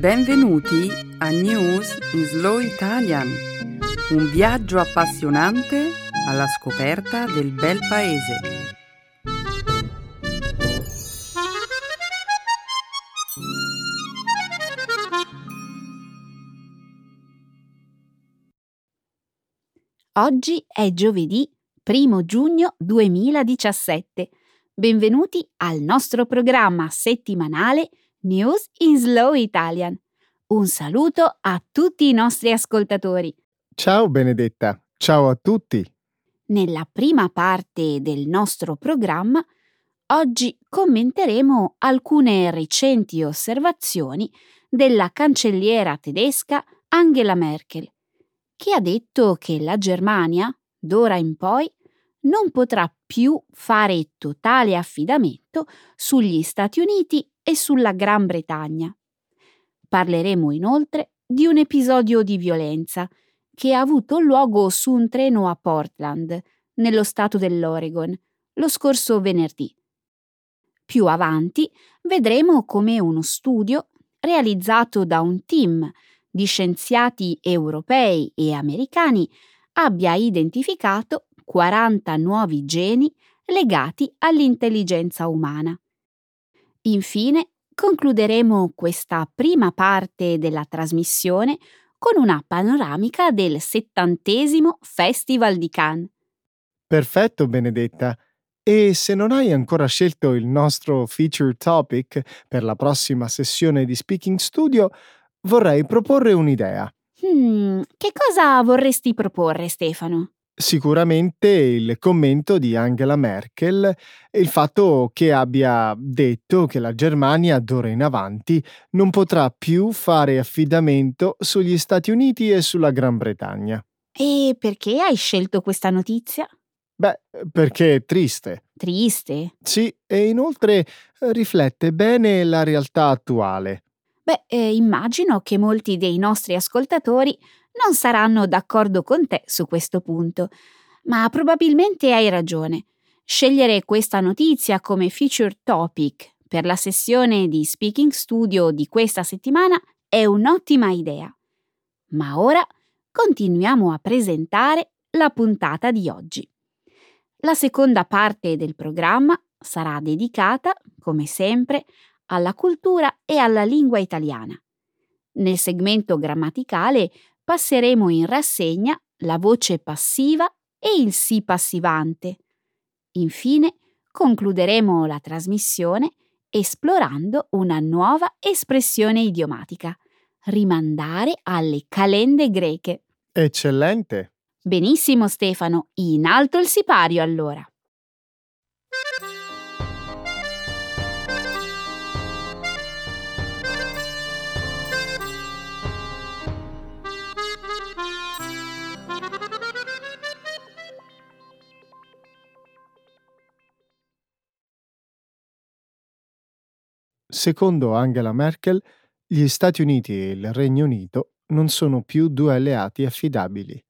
Benvenuti a News in Slow Italian, un viaggio appassionante alla scoperta del bel paese. Oggi è giovedì 1 giugno 2017. Benvenuti al nostro programma settimanale News in Slow Italian. Un saluto a tutti i nostri ascoltatori. Ciao Benedetta, ciao a tutti. Nella prima parte del nostro programma, oggi commenteremo alcune recenti osservazioni della cancelliera tedesca Angela Merkel, che ha detto che la Germania, d'ora in poi, non potrà più fare totale affidamento sugli Stati Uniti e sulla Gran Bretagna. Parleremo inoltre di un episodio di violenza che ha avuto luogo su un treno a Portland, nello stato dell'Oregon, lo scorso venerdì. Più avanti vedremo come uno studio realizzato da un team di scienziati europei e americani abbia identificato 40 nuovi geni legati all'intelligenza umana. Infine, concluderemo questa prima parte della trasmissione con una panoramica del 70° Festival di Cannes. Perfetto Benedetta. E se non hai ancora scelto il nostro feature topic per la prossima sessione di Speaking Studio, vorrei proporre un'idea. Che cosa vorresti proporre, Stefano? Sicuramente il commento di Angela Merkel e il fatto che abbia detto che la Germania d'ora in avanti non potrà più fare affidamento sugli Stati Uniti e sulla Gran Bretagna. E perché hai scelto questa notizia? Beh, perché è triste. Triste? Sì, e inoltre riflette bene la realtà attuale. Immagino che molti dei nostri ascoltatori non saranno d'accordo con te su questo punto, ma probabilmente hai ragione. Scegliere questa notizia come feature topic per la sessione di Speaking Studio di questa settimana è un'ottima idea. Ma ora continuiamo a presentare la puntata di oggi. La seconda parte del programma sarà dedicata, come sempre, alla cultura e alla lingua italiana. Nel segmento grammaticale passeremo in rassegna la voce passiva e il sì passivante. Infine, concluderemo la trasmissione esplorando una nuova espressione idiomatica: rimandare alle calende greche. Eccellente! Benissimo Stefano, in alto il sipario allora. Secondo Angela Merkel, gli Stati Uniti e il Regno Unito non sono più due alleati affidabili.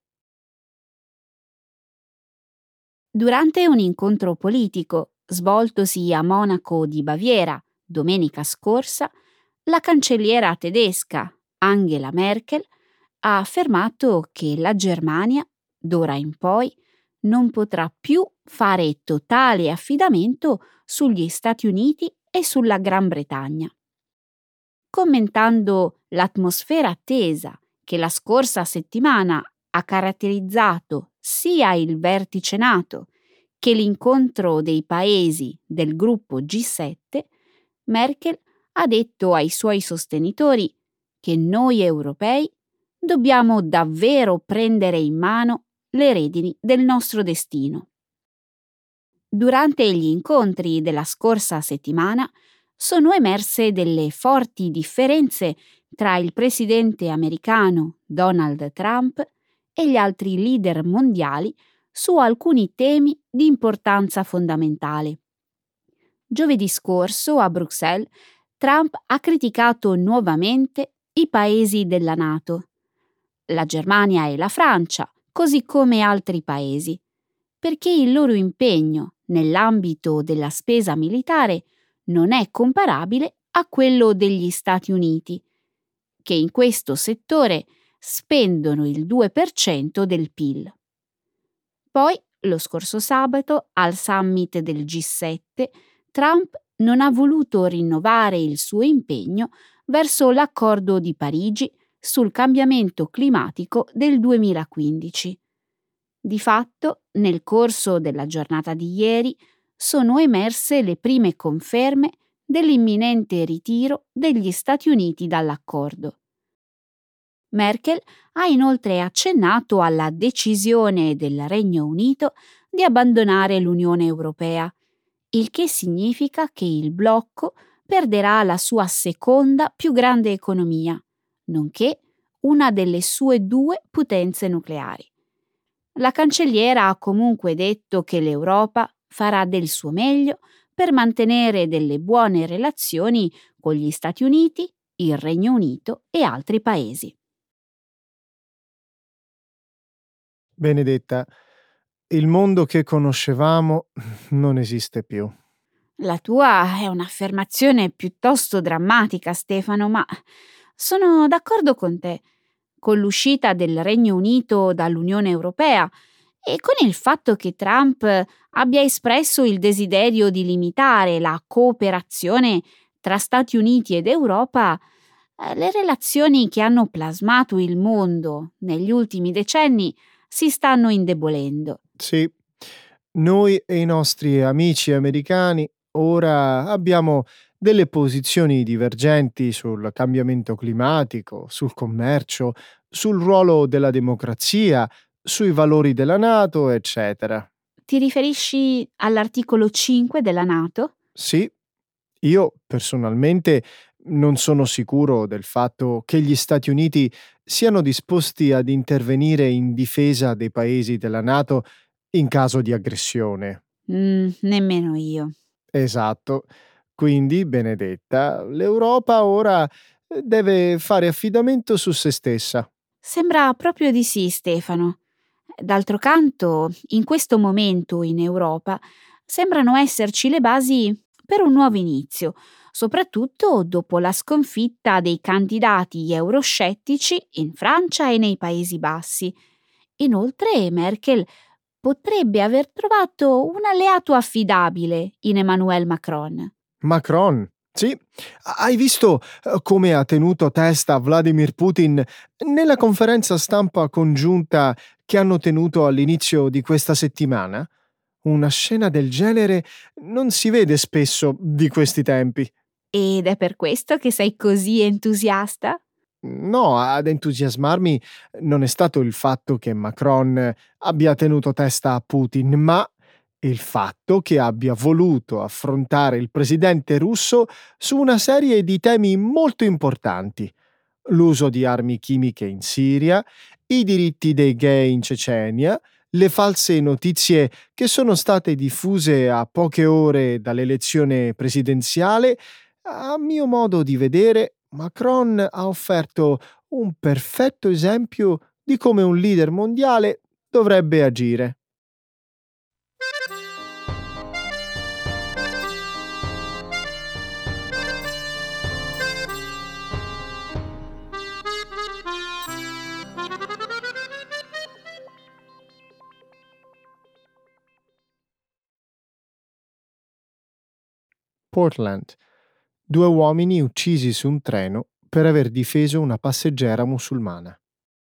Durante un incontro politico svoltosi a Monaco di Baviera domenica scorsa, la cancelliera tedesca Angela Merkel ha affermato che la Germania, d'ora in poi, non potrà più fare totale affidamento sugli Stati Uniti e sulla Gran Bretagna. Commentando l'atmosfera tesa che la scorsa settimana ha caratterizzato sia il vertice NATO che l'incontro dei paesi del gruppo G7, Merkel ha detto ai suoi sostenitori che noi europei dobbiamo davvero prendere in mano le redini del nostro destino. Durante gli incontri della scorsa settimana sono emerse delle forti differenze tra il presidente americano Donald Trump e gli altri leader mondiali su alcuni temi di importanza fondamentale. Giovedì scorso a Bruxelles, Trump ha criticato nuovamente i paesi della NATO, la Germania e la Francia, così come altri paesi, perché il loro impegno nell'ambito della spesa militare non è comparabile a quello degli Stati Uniti che in questo settore spendono il 2% del PIL. Poi, lo scorso sabato, al summit del G7, Trump non ha voluto rinnovare il suo impegno verso l'accordo di Parigi sul cambiamento climatico del 2015. Di fatto, nel corso della giornata di ieri, sono emerse le prime conferme dell'imminente ritiro degli Stati Uniti dall'accordo. Merkel ha inoltre accennato alla decisione del Regno Unito di abbandonare l'Unione Europea, il che significa che il blocco perderà la sua seconda più grande economia, nonché una delle sue 2 potenze nucleari. La cancelliera ha comunque detto che l'Europa farà del suo meglio per mantenere delle buone relazioni con gli Stati Uniti, il Regno Unito e altri paesi. Benedetta, il mondo che conoscevamo non esiste più. La tua è un'affermazione piuttosto drammatica, Stefano, ma sono d'accordo con te. Con l'uscita del Regno Unito dall'Unione Europea e con il fatto che Trump abbia espresso il desiderio di limitare la cooperazione tra Stati Uniti ed Europa, le relazioni che hanno plasmato il mondo negli ultimi decenni si stanno indebolendo. Sì, noi e i nostri amici americani ora abbiamo delle posizioni divergenti sul cambiamento climatico, sul commercio, sul ruolo della democrazia, sui valori della NATO, eccetera. Ti riferisci all'articolo 5 della NATO? Sì, io personalmente non sono sicuro del fatto che gli Stati Uniti siano disposti ad intervenire in difesa dei paesi della NATO in caso di aggressione. Nemmeno io. Esatto. Quindi, Benedetta, l'Europa ora deve fare affidamento su se stessa. Sembra proprio di sì, Stefano. D'altro canto, in questo momento in Europa sembrano esserci le basi per un nuovo inizio, soprattutto dopo la sconfitta dei candidati euroscettici in Francia e nei Paesi Bassi. Inoltre, Merkel potrebbe aver trovato un alleato affidabile in Emmanuel Macron. Macron, sì. Hai visto come ha tenuto testa Vladimir Putin nella conferenza stampa congiunta che hanno tenuto all'inizio di questa settimana? Una scena del genere non si vede spesso di questi tempi. Ed è per questo che sei così entusiasta? No, ad entusiasmarmi non è stato il fatto che Macron abbia tenuto testa a Putin, ma il fatto che abbia voluto affrontare il presidente russo su una serie di temi molto importanti: l'uso di armi chimiche in Siria, i diritti dei gay in Cecenia, le false notizie che sono state diffuse a poche ore dall'elezione presidenziale. A mio modo di vedere, Macron ha offerto un perfetto esempio di come un leader mondiale dovrebbe agire. Portland. 2 uomini uccisi su un treno per aver difeso una passeggera musulmana.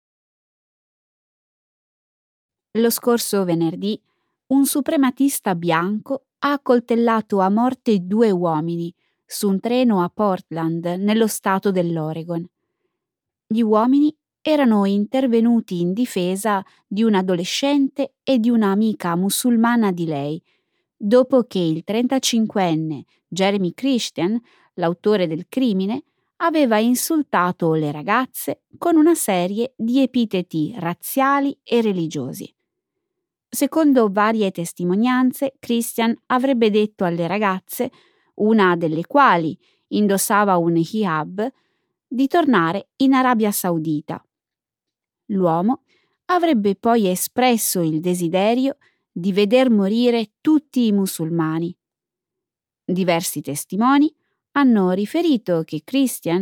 Lo scorso venerdì, un suprematista bianco ha accoltellato a morte 2 uomini su un treno a Portland, nello stato dell'Oregon. Gli uomini erano intervenuti in difesa di un adolescente e di un'amica musulmana di lei, dopo che il 35enne Jeremy Christian, l'autore del crimine, aveva insultato le ragazze con una serie di epiteti razziali e religiosi. Secondo varie testimonianze, Christian avrebbe detto alle ragazze, una delle quali indossava un hijab, di tornare in Arabia Saudita. L'uomo avrebbe poi espresso il desiderio di veder morire tutti i musulmani. Diversi testimoni hanno riferito che Christian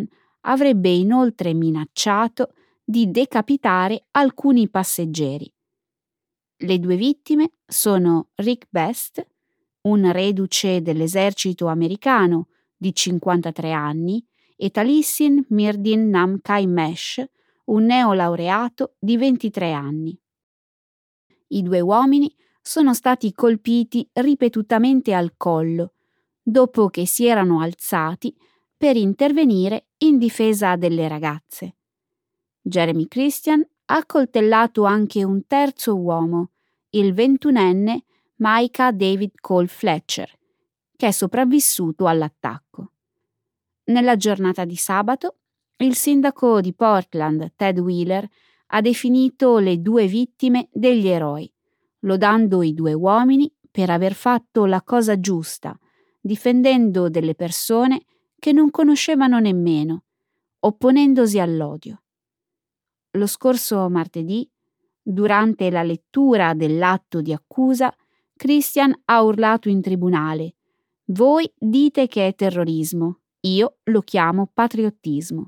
avrebbe inoltre minacciato di decapitare alcuni passeggeri. Le 2 vittime sono Rick Best, un reduce dell'esercito americano di 53 anni, e Talissin Mirdin Namkai Mesh, un neolaureato di 23 anni. I 2 uomini sono stati colpiti ripetutamente al collo, dopo che si erano alzati per intervenire in difesa delle ragazze. Jeremy Christian ha accoltellato anche un terzo uomo, il 21enne Micah David Cole Fletcher, che è sopravvissuto all'attacco. Nella giornata di sabato, il sindaco di Portland, Ted Wheeler, ha definito le 2 vittime degli eroi, lodando i 2 uomini per aver fatto la cosa giusta, difendendo delle persone che non conoscevano nemmeno, opponendosi all'odio. Lo scorso martedì, durante la lettura dell'atto di accusa, Christian ha urlato in tribunale: «Voi dite che è terrorismo, io lo chiamo patriottismo».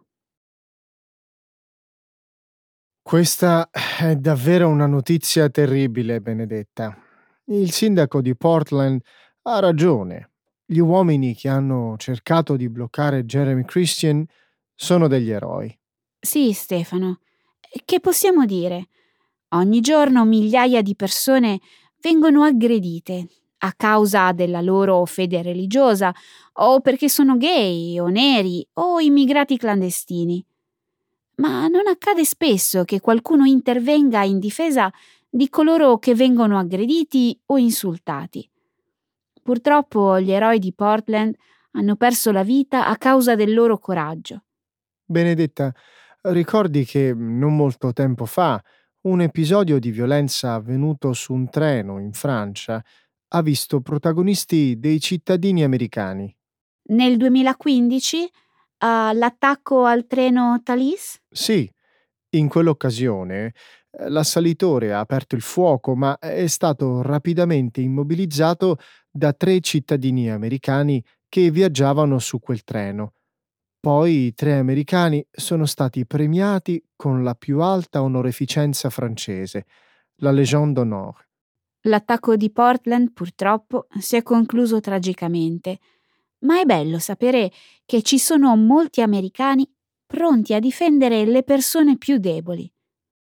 Questa è davvero una notizia terribile, Benedetta. Il sindaco di Portland ha ragione. Gli uomini che hanno cercato di bloccare Jeremy Christian sono degli eroi. Sì, Stefano, che possiamo dire? Ogni giorno migliaia di persone vengono aggredite a causa della loro fede religiosa, o perché sono gay o neri o immigrati clandestini. Ma non accade spesso che qualcuno intervenga in difesa di coloro che vengono aggrediti o insultati. Purtroppo gli eroi di Portland hanno perso la vita a causa del loro coraggio. Benedetta, ricordi che non molto tempo fa un episodio di violenza avvenuto su un treno in Francia ha visto protagonisti dei cittadini americani? Nel 2015, l'attacco al treno Thalys? Sì, in quell'occasione l'assalitore ha aperto il fuoco, ma è stato rapidamente immobilizzato da 3 cittadini americani che viaggiavano su quel treno. Poi i 3 americani sono stati premiati con la più alta onorificenza francese, la Légion d'honneur. L'attacco di Portland, purtroppo, si è concluso tragicamente, ma è bello sapere che ci sono molti americani pronti a difendere le persone più deboli.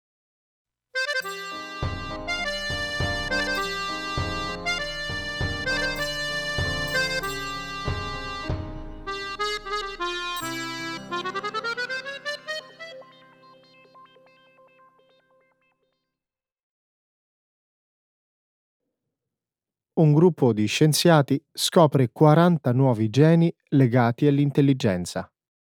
Un gruppo di scienziati scopre 40 nuovi geni legati all'intelligenza.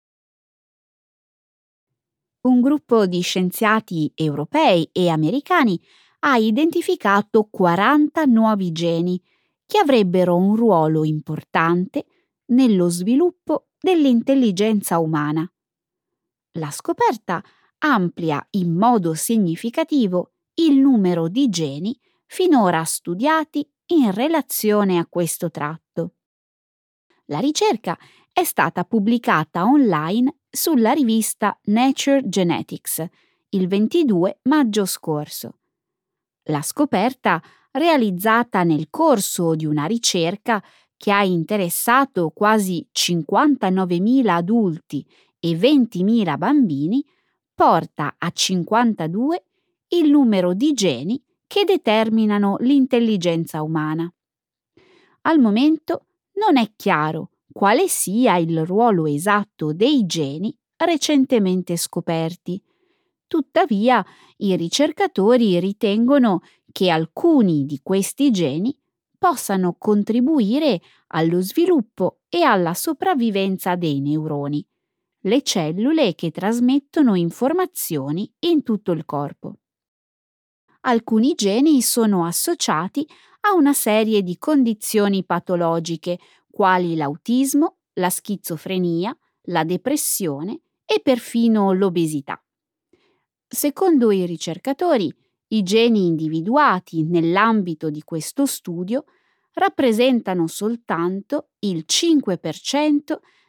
Un gruppo di scienziati europei e americani ha identificato 40 nuovi geni che avrebbero un ruolo importante nello sviluppo dell'intelligenza umana. La scoperta amplia in modo significativo il numero di geni finora studiati in relazione a questo tratto. La ricerca è stata pubblicata online sulla rivista Nature Genetics il 22 maggio scorso. La scoperta, realizzata nel corso di una ricerca che ha interessato quasi 59.000 adulti e 20.000 bambini, porta a 52 il numero di geni che determinano l'intelligenza umana. Al momento non è chiaro quale sia il ruolo esatto dei geni recentemente scoperti. Tuttavia, i ricercatori ritengono che alcuni di questi geni possano contribuire allo sviluppo e alla sopravvivenza dei neuroni, le cellule che trasmettono informazioni in tutto il corpo. Alcuni geni sono associati a una serie di condizioni patologiche, quali l'autismo, la schizofrenia, la depressione e perfino l'obesità. Secondo i ricercatori, i geni individuati nell'ambito di questo studio rappresentano soltanto il 5%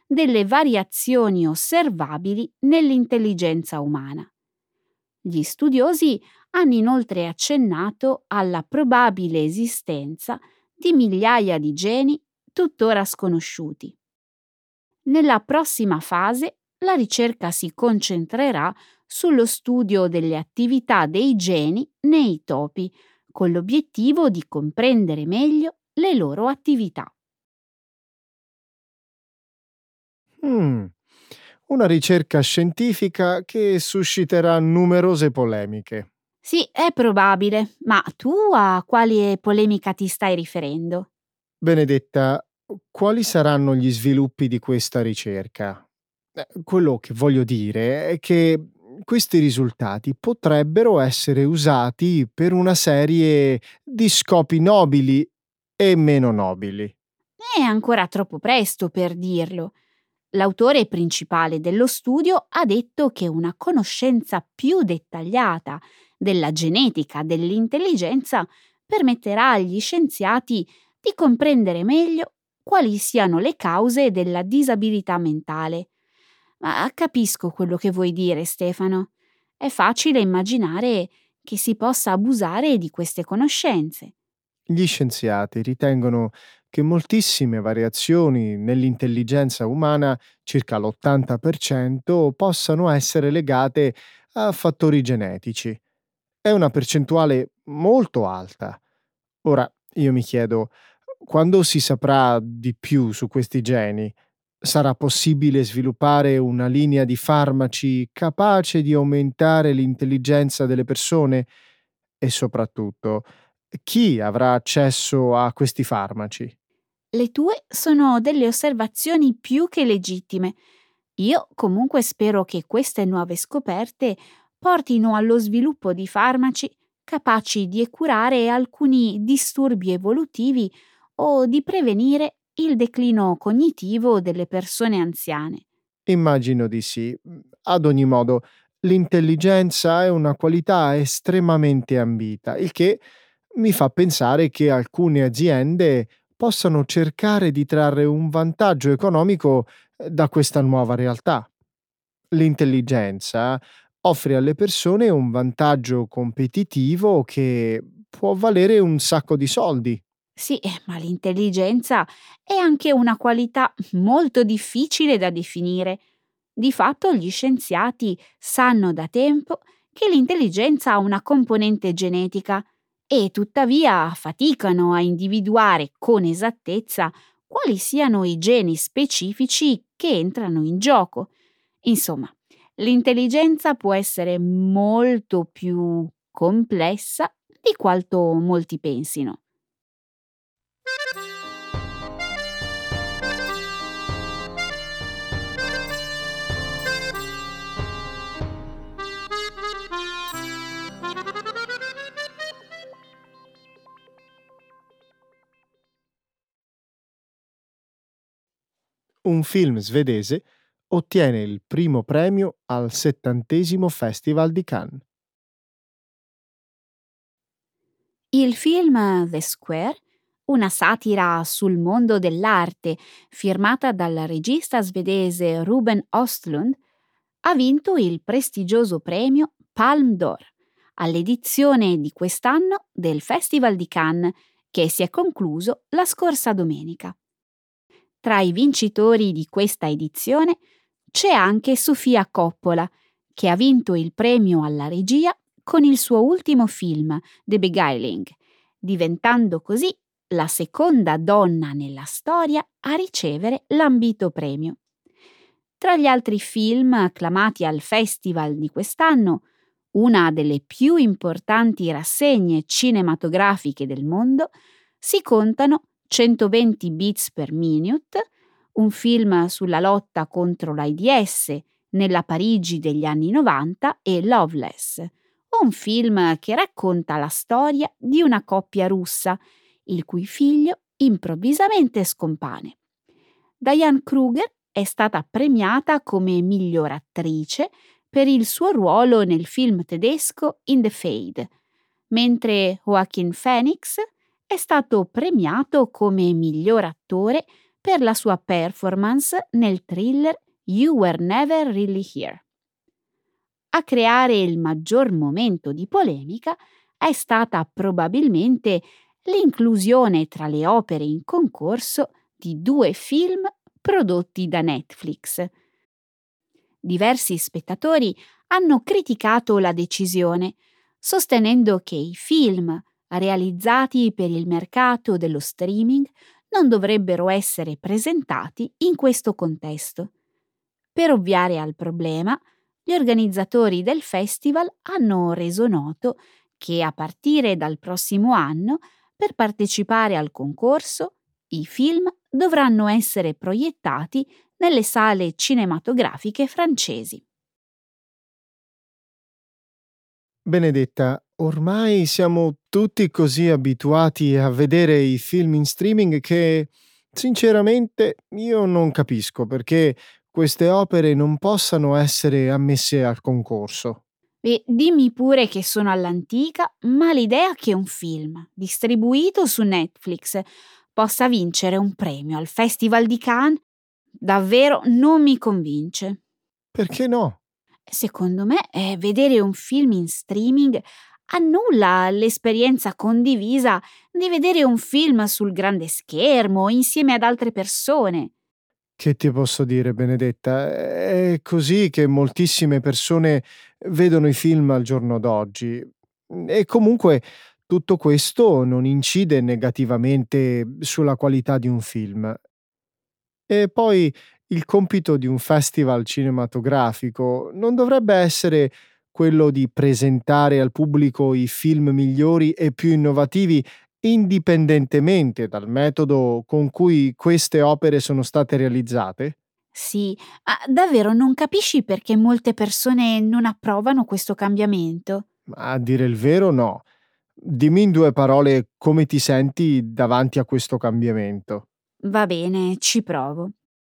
delle variazioni osservabili nell'intelligenza umana. Gli studiosi hanno inoltre accennato alla probabile esistenza di migliaia di geni tuttora sconosciuti. Nella prossima fase, la ricerca si concentrerà sullo studio delle attività dei geni nei topi, con l'obiettivo di comprendere meglio le loro attività. Una ricerca scientifica che susciterà numerose polemiche. Sì, è probabile, ma tu a quale polemica ti stai riferendo? Benedetta, quali saranno gli sviluppi di questa ricerca? Quello che voglio dire è che questi risultati potrebbero essere usati per una serie di scopi nobili e meno nobili. È ancora troppo presto per dirlo. L'autore principale dello studio ha detto che una conoscenza più dettagliata della genetica dell'intelligenza permetterà agli scienziati di comprendere meglio quali siano le cause della disabilità mentale. Ma capisco quello che vuoi dire, Stefano. È facile immaginare che si possa abusare di queste conoscenze. Gli scienziati ritengono che moltissime variazioni nell'intelligenza umana, circa l'80%, possano essere legate a fattori genetici. È una percentuale molto alta. Ora, io mi chiedo, quando si saprà di più su questi geni, sarà possibile sviluppare una linea di farmaci capace di aumentare l'intelligenza delle persone? E soprattutto, chi avrà accesso a questi farmaci? Le tue sono delle osservazioni più che legittime. Io comunque spero che queste nuove scoperte portino allo sviluppo di farmaci capaci di curare alcuni disturbi evolutivi o di prevenire il declino cognitivo delle persone anziane. Immagino di sì. Ad ogni modo, l'intelligenza è una qualità estremamente ambita, il che mi fa pensare che alcune aziende possano cercare di trarre un vantaggio economico da questa nuova realtà. L'intelligenza offre alle persone un vantaggio competitivo che può valere un sacco di soldi. Sì, ma l'intelligenza è anche una qualità molto difficile da definire. Di fatto gli scienziati sanno da tempo che l'intelligenza ha una componente genetica e tuttavia faticano a individuare con esattezza quali siano i geni specifici che entrano in gioco. Insomma, l'intelligenza può essere molto più complessa di quanto molti pensino. Un film svedese ottiene il primo premio al 70° Festival di Cannes. Il film The Square, una satira sul mondo dell'arte firmata dal regista svedese Ruben Östlund, ha vinto il prestigioso premio Palme d'Or all'edizione di quest'anno del Festival di Cannes, che si è concluso la scorsa domenica. Tra i vincitori di questa edizione c'è anche Sofia Coppola, che ha vinto il premio alla regia con il suo ultimo film, The Beguiling, diventando così la seconda donna nella storia a ricevere l'ambito premio. Tra gli altri film acclamati al festival di quest'anno, una delle più importanti rassegne cinematografiche del mondo, si contano 120 beats per minute, un film sulla lotta contro l'AIDS nella Parigi degli anni 90 e Loveless, un film che racconta la storia di una coppia russa, il cui figlio improvvisamente scompane. Diane Kruger è stata premiata come miglior attrice per il suo ruolo nel film tedesco In the Fade, mentre Joaquin Phoenix è stato premiato come miglior attore per la sua performance nel thriller You Were Never Really Here. A creare il maggior momento di polemica è stata probabilmente l'inclusione tra le opere in concorso di 2 film prodotti da Netflix. Diversi spettatori hanno criticato la decisione, sostenendo che i film realizzati per il mercato dello streaming non dovrebbero essere presentati in questo contesto. Per ovviare al problema, gli organizzatori del festival hanno reso noto che a partire dal prossimo anno, per partecipare al concorso, i film dovranno essere proiettati nelle sale cinematografiche francesi. Benedetta, ormai siamo tutti così abituati a vedere i film in streaming che, sinceramente, io non capisco perché queste opere non possano essere ammesse al concorso. E dimmi pure che sono all'antica, ma l'idea che un film distribuito su Netflix possa vincere un premio al Festival di Cannes davvero non mi convince. Perché no? Secondo me, vedere un film in streaming annulla l'esperienza condivisa di vedere un film sul grande schermo insieme ad altre persone. Che ti posso dire, Benedetta? È così che moltissime persone vedono i film al giorno d'oggi. E comunque tutto questo non incide negativamente sulla qualità di un film. E poi il compito di un festival cinematografico non dovrebbe essere quello di presentare al pubblico i film migliori e più innovativi indipendentemente dal metodo con cui queste opere sono state realizzate? Sì, ma davvero non capisci perché molte persone non approvano questo cambiamento? Ma a dire il vero, no. Dimmi in 2 parole come ti senti davanti a questo cambiamento. Va bene, ci provo.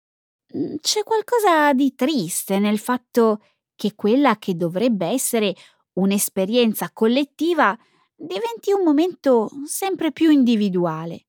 C'è qualcosa di triste nel fatto che quella che dovrebbe essere un'esperienza collettiva diventi un momento sempre più individuale.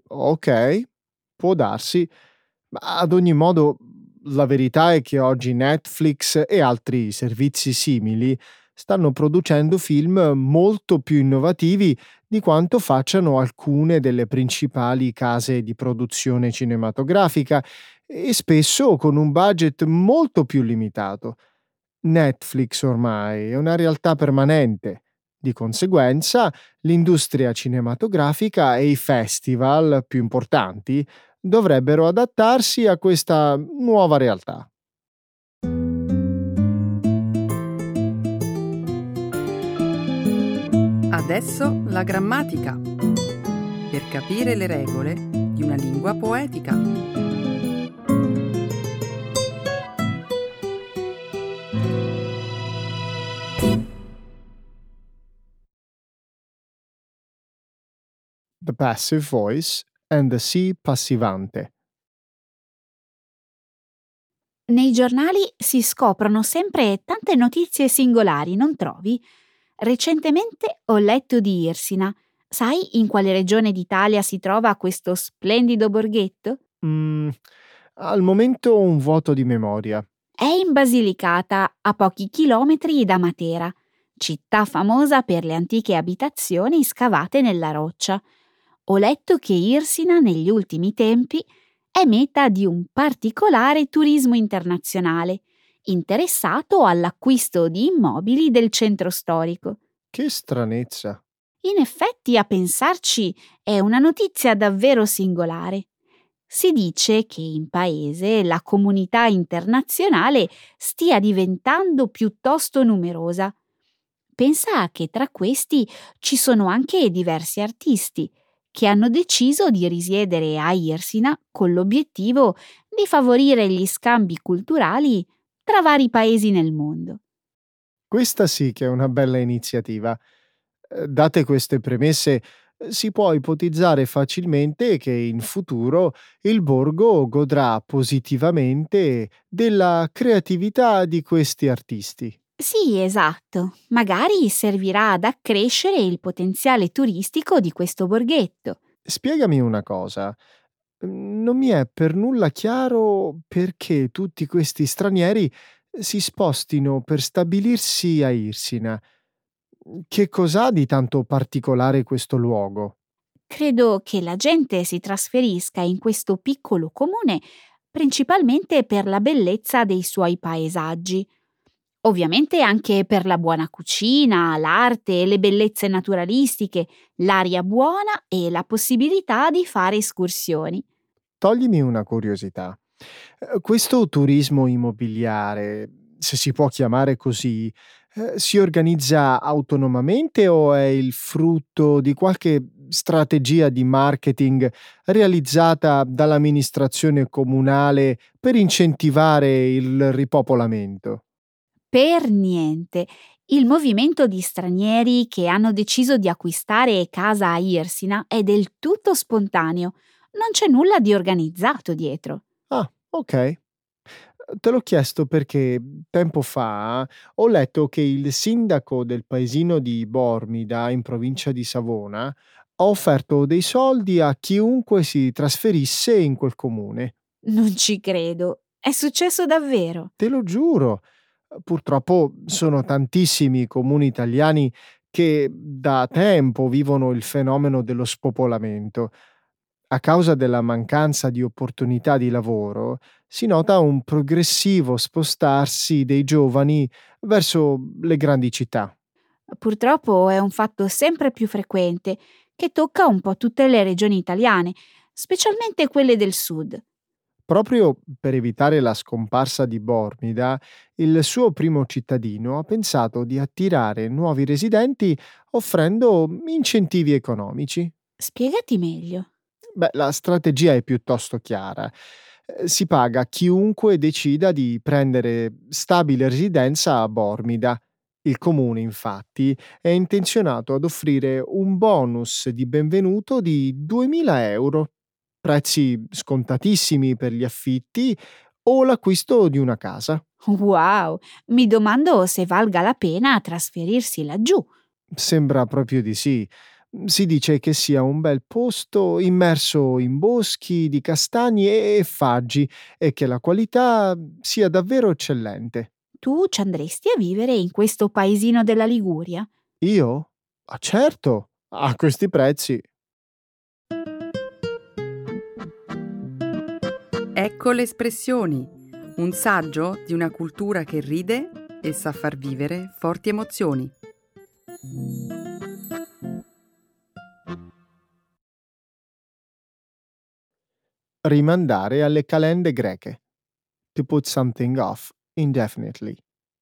Ok, può darsi, ma ad ogni modo la verità è che oggi Netflix e altri servizi simili stanno producendo film molto più innovativi di quanto facciano alcune delle principali case di produzione cinematografica e spesso con un budget molto più limitato. Netflix ormai è una realtà permanente. Di conseguenza, l'industria cinematografica e i festival più importanti dovrebbero adattarsi a questa nuova realtà. Adesso la grammatica, per capire le regole di una lingua poetica. The passive voice and the si passivante. Nei giornali si scoprono sempre tante notizie singolari, non trovi? Recentemente ho letto di Irsina. Sai in quale regione d'Italia si trova questo splendido borghetto? Mm, Al momento un vuoto di memoria. È in Basilicata, a pochi chilometri da Matera, città famosa per le antiche abitazioni scavate nella roccia. Ho letto che Irsina negli ultimi tempi è meta di un particolare turismo internazionale, interessato all'acquisto di immobili del centro storico. Che stranezza. In effetti, a pensarci, è una notizia davvero singolare. Si dice che in paese la comunità internazionale stia diventando piuttosto numerosa. Pensa che tra questi ci sono anche diversi artisti che hanno deciso di risiedere a Irsina con l'obiettivo di favorire gli scambi culturali tra vari paesi nel mondo. Questa sì che è una bella iniziativa. Date queste premesse, si può ipotizzare facilmente che in futuro il borgo godrà positivamente della creatività di questi artisti. Sì, esatto. Magari servirà ad accrescere il potenziale turistico di questo borghetto. Spiegami una cosa. Non mi è per nulla chiaro perché tutti questi stranieri si spostino per stabilirsi a Irsina. Che cos'ha di tanto particolare questo luogo? Credo che la gente si trasferisca in questo piccolo comune principalmente per la bellezza dei suoi paesaggi. Ovviamente anche per la buona cucina, l'arte, le bellezze naturalistiche, l'aria buona e la possibilità di fare escursioni. Toglimi una curiosità. Questo turismo immobiliare, se si può chiamare così, si organizza autonomamente o è il frutto di qualche strategia di marketing realizzata dall'amministrazione comunale per incentivare il ripopolamento? Per niente. Il movimento di stranieri che hanno deciso di acquistare casa a Irsina è del tutto spontaneo. Non c'è nulla di organizzato dietro. Ah, ok. Te l'ho chiesto perché tempo fa ho letto che il sindaco del paesino di Bormida, in provincia di Savona, ha offerto dei soldi a chiunque si trasferisse in quel comune. Non ci credo. È successo davvero. Te lo giuro. Purtroppo sono tantissimi i comuni italiani che da tempo vivono il fenomeno dello spopolamento. A causa della mancanza di opportunità di lavoro, si nota un progressivo spostarsi dei giovani verso le grandi città. Purtroppo è un fatto sempre più frequente che tocca un po' tutte le regioni italiane, specialmente quelle del sud. Proprio per evitare la scomparsa di Bormida, il suo primo cittadino ha pensato di attirare nuovi residenti offrendo incentivi economici. Spiegati meglio. Beh, la strategia è piuttosto chiara. Si paga chiunque decida di prendere stabile residenza a Bormida. Il comune, infatti, è intenzionato ad offrire un bonus di benvenuto di 2.000 euro, prezzi scontatissimi per gli affitti o l'acquisto di una casa. Wow, mi domando se valga la pena trasferirsi laggiù. Sembra proprio di sì. Si dice che sia un bel posto immerso in boschi di castagni e faggi e che la qualità sia davvero eccellente. Tu ci andresti a vivere in questo paesino della Liguria? Io? Ah, certo, a questi prezzi. Ecco le espressioni, un saggio di una cultura che ride e sa far vivere forti emozioni. Rimandare alle calende greche. To put something off indefinitely.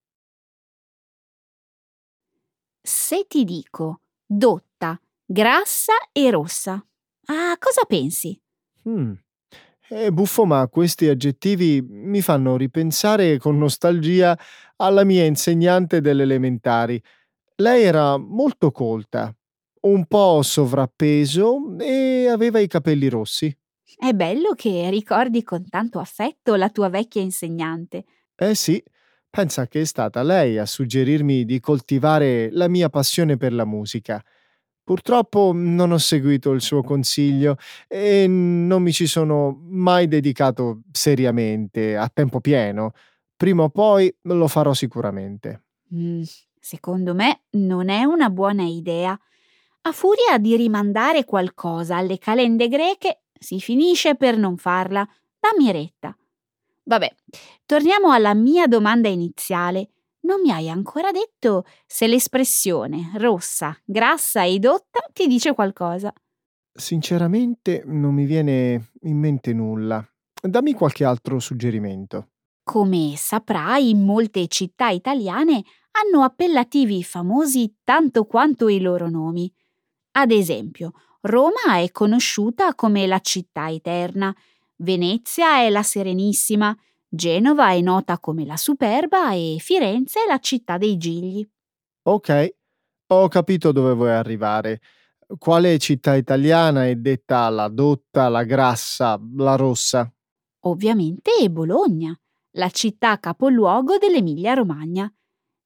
Se ti dico dotta, grassa e rossa, a cosa pensi? Mm. È buffo, ma questi aggettivi mi fanno ripensare con nostalgia alla mia insegnante delle elementari. Lei era molto colta, un po' sovrappeso e aveva i capelli rossi. È bello che ricordi con tanto affetto la tua vecchia insegnante. Eh sì, pensa che è stata lei a suggerirmi di coltivare la mia passione per la musica. Purtroppo non ho seguito il suo consiglio e non mi ci sono mai dedicato seriamente, a tempo pieno. Prima o poi lo farò sicuramente. Mm, secondo me non è una buona idea. A furia di rimandare qualcosa alle calende greche, si finisce per non farla. Dammi retta. Vabbè, torniamo alla mia domanda iniziale. Non mi hai ancora detto se l'espressione rossa, grassa e dotta ti dice qualcosa. Sinceramente non mi viene in mente nulla. Dammi qualche altro suggerimento. Come saprai, molte città italiane hanno appellativi famosi tanto quanto i loro nomi. Ad esempio, Roma è conosciuta come la città eterna, Venezia è la Serenissima, Genova è nota come la Superba e Firenze è la città dei Gigli. Ok, ho capito dove vuoi arrivare. Quale città italiana è detta la dotta, la grassa, la rossa? Ovviamente è Bologna, la città capoluogo dell'Emilia-Romagna.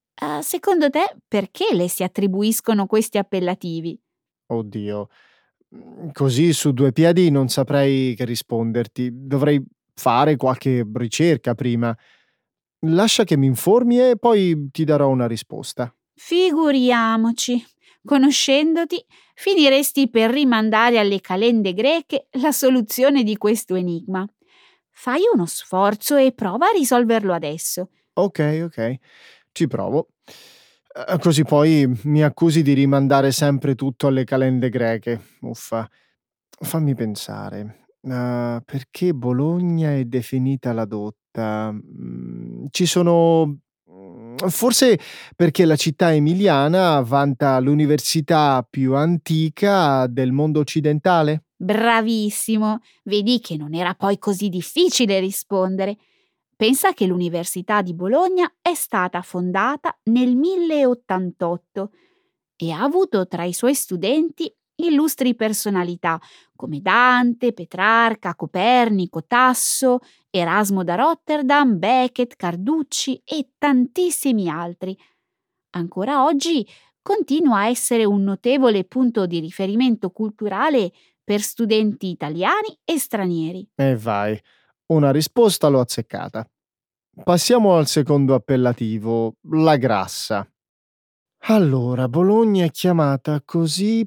Secondo te, perché le si attribuiscono questi appellativi? Oddio. Così su due piedi non saprei che risponderti. Dovrei fare qualche ricerca prima. Lascia che mi informi e poi ti darò una risposta. Figuriamoci, conoscendoti, finiresti per rimandare alle calende greche la soluzione di questo enigma. Fai uno sforzo e prova a risolverlo adesso. Ok, ci provo. Così poi mi accusi di rimandare sempre tutto alle calende greche. Uffa. Fammi pensare. Perché Bologna è definita la dotta? Ci sono forse perché la città emiliana vanta l'università più antica del mondo occidentale? Bravissimo! Vedi che non era poi così difficile rispondere. Pensa che l'Università di Bologna è stata fondata nel 1088 e ha avuto tra i suoi studenti illustri personalità come Dante, Petrarca, Copernico, Tasso, Erasmo da Rotterdam, Beckett, Carducci e tantissimi altri. Ancora oggi continua a essere un notevole punto di riferimento culturale per studenti italiani e stranieri. E vai, una risposta l'ho azzeccata. Passiamo al secondo appellativo, la grassa. Allora, Bologna è chiamata così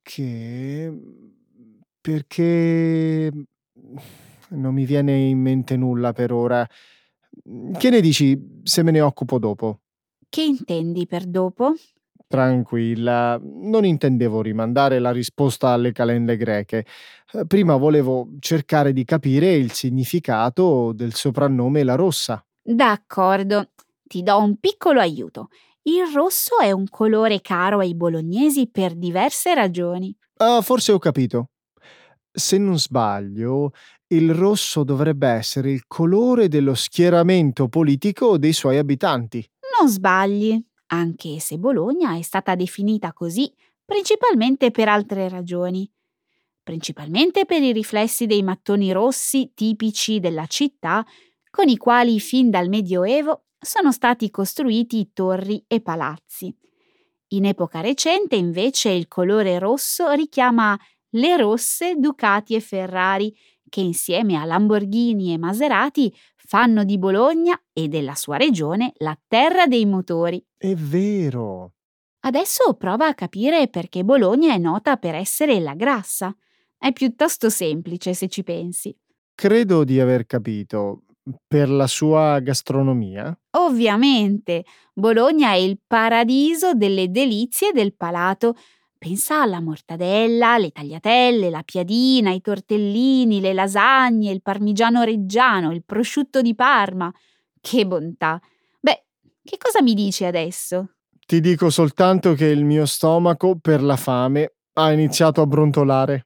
perché non mi viene in mente nulla per ora. Che ne dici se me ne occupo dopo? Che intendi per dopo? Tranquilla, non intendevo rimandare la risposta alle calende greche. Prima volevo cercare di capire il significato del soprannome La Rossa. D'accordo, ti do un piccolo aiuto. Il rosso è un colore caro ai bolognesi per diverse ragioni. Ah, forse ho capito. Se non sbaglio, il rosso dovrebbe essere il colore dello schieramento politico dei suoi abitanti. Non sbagli, anche se Bologna è stata definita così principalmente per altre ragioni. Principalmente per i riflessi dei mattoni rossi tipici della città, con i quali fin dal Medioevo sono stati costruiti torri e palazzi. In epoca recente, invece, il colore rosso richiama le rosse Ducati e Ferrari, che insieme a Lamborghini e Maserati fanno di Bologna e della sua regione la terra dei motori. È vero. Adesso prova a capire perché Bologna è nota per essere la grassa. È piuttosto semplice se ci pensi. Credo di aver capito. Per la sua gastronomia? Ovviamente, Bologna è il paradiso delle delizie del palato. Pensa alla mortadella, le tagliatelle, la piadina, i tortellini, le lasagne, il parmigiano reggiano, il prosciutto di Parma. Che bontà! Beh, che cosa mi dici adesso? Ti dico soltanto che il mio stomaco, per la fame, ha iniziato a brontolare.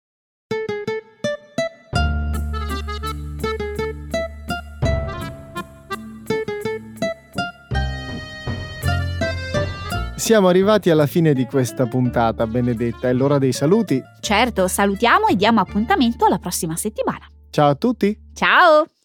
Siamo arrivati alla fine di questa puntata, Benedetta, è l'ora dei saluti. Certo, salutiamo e diamo appuntamento alla prossima settimana. Ciao a tutti! Ciao!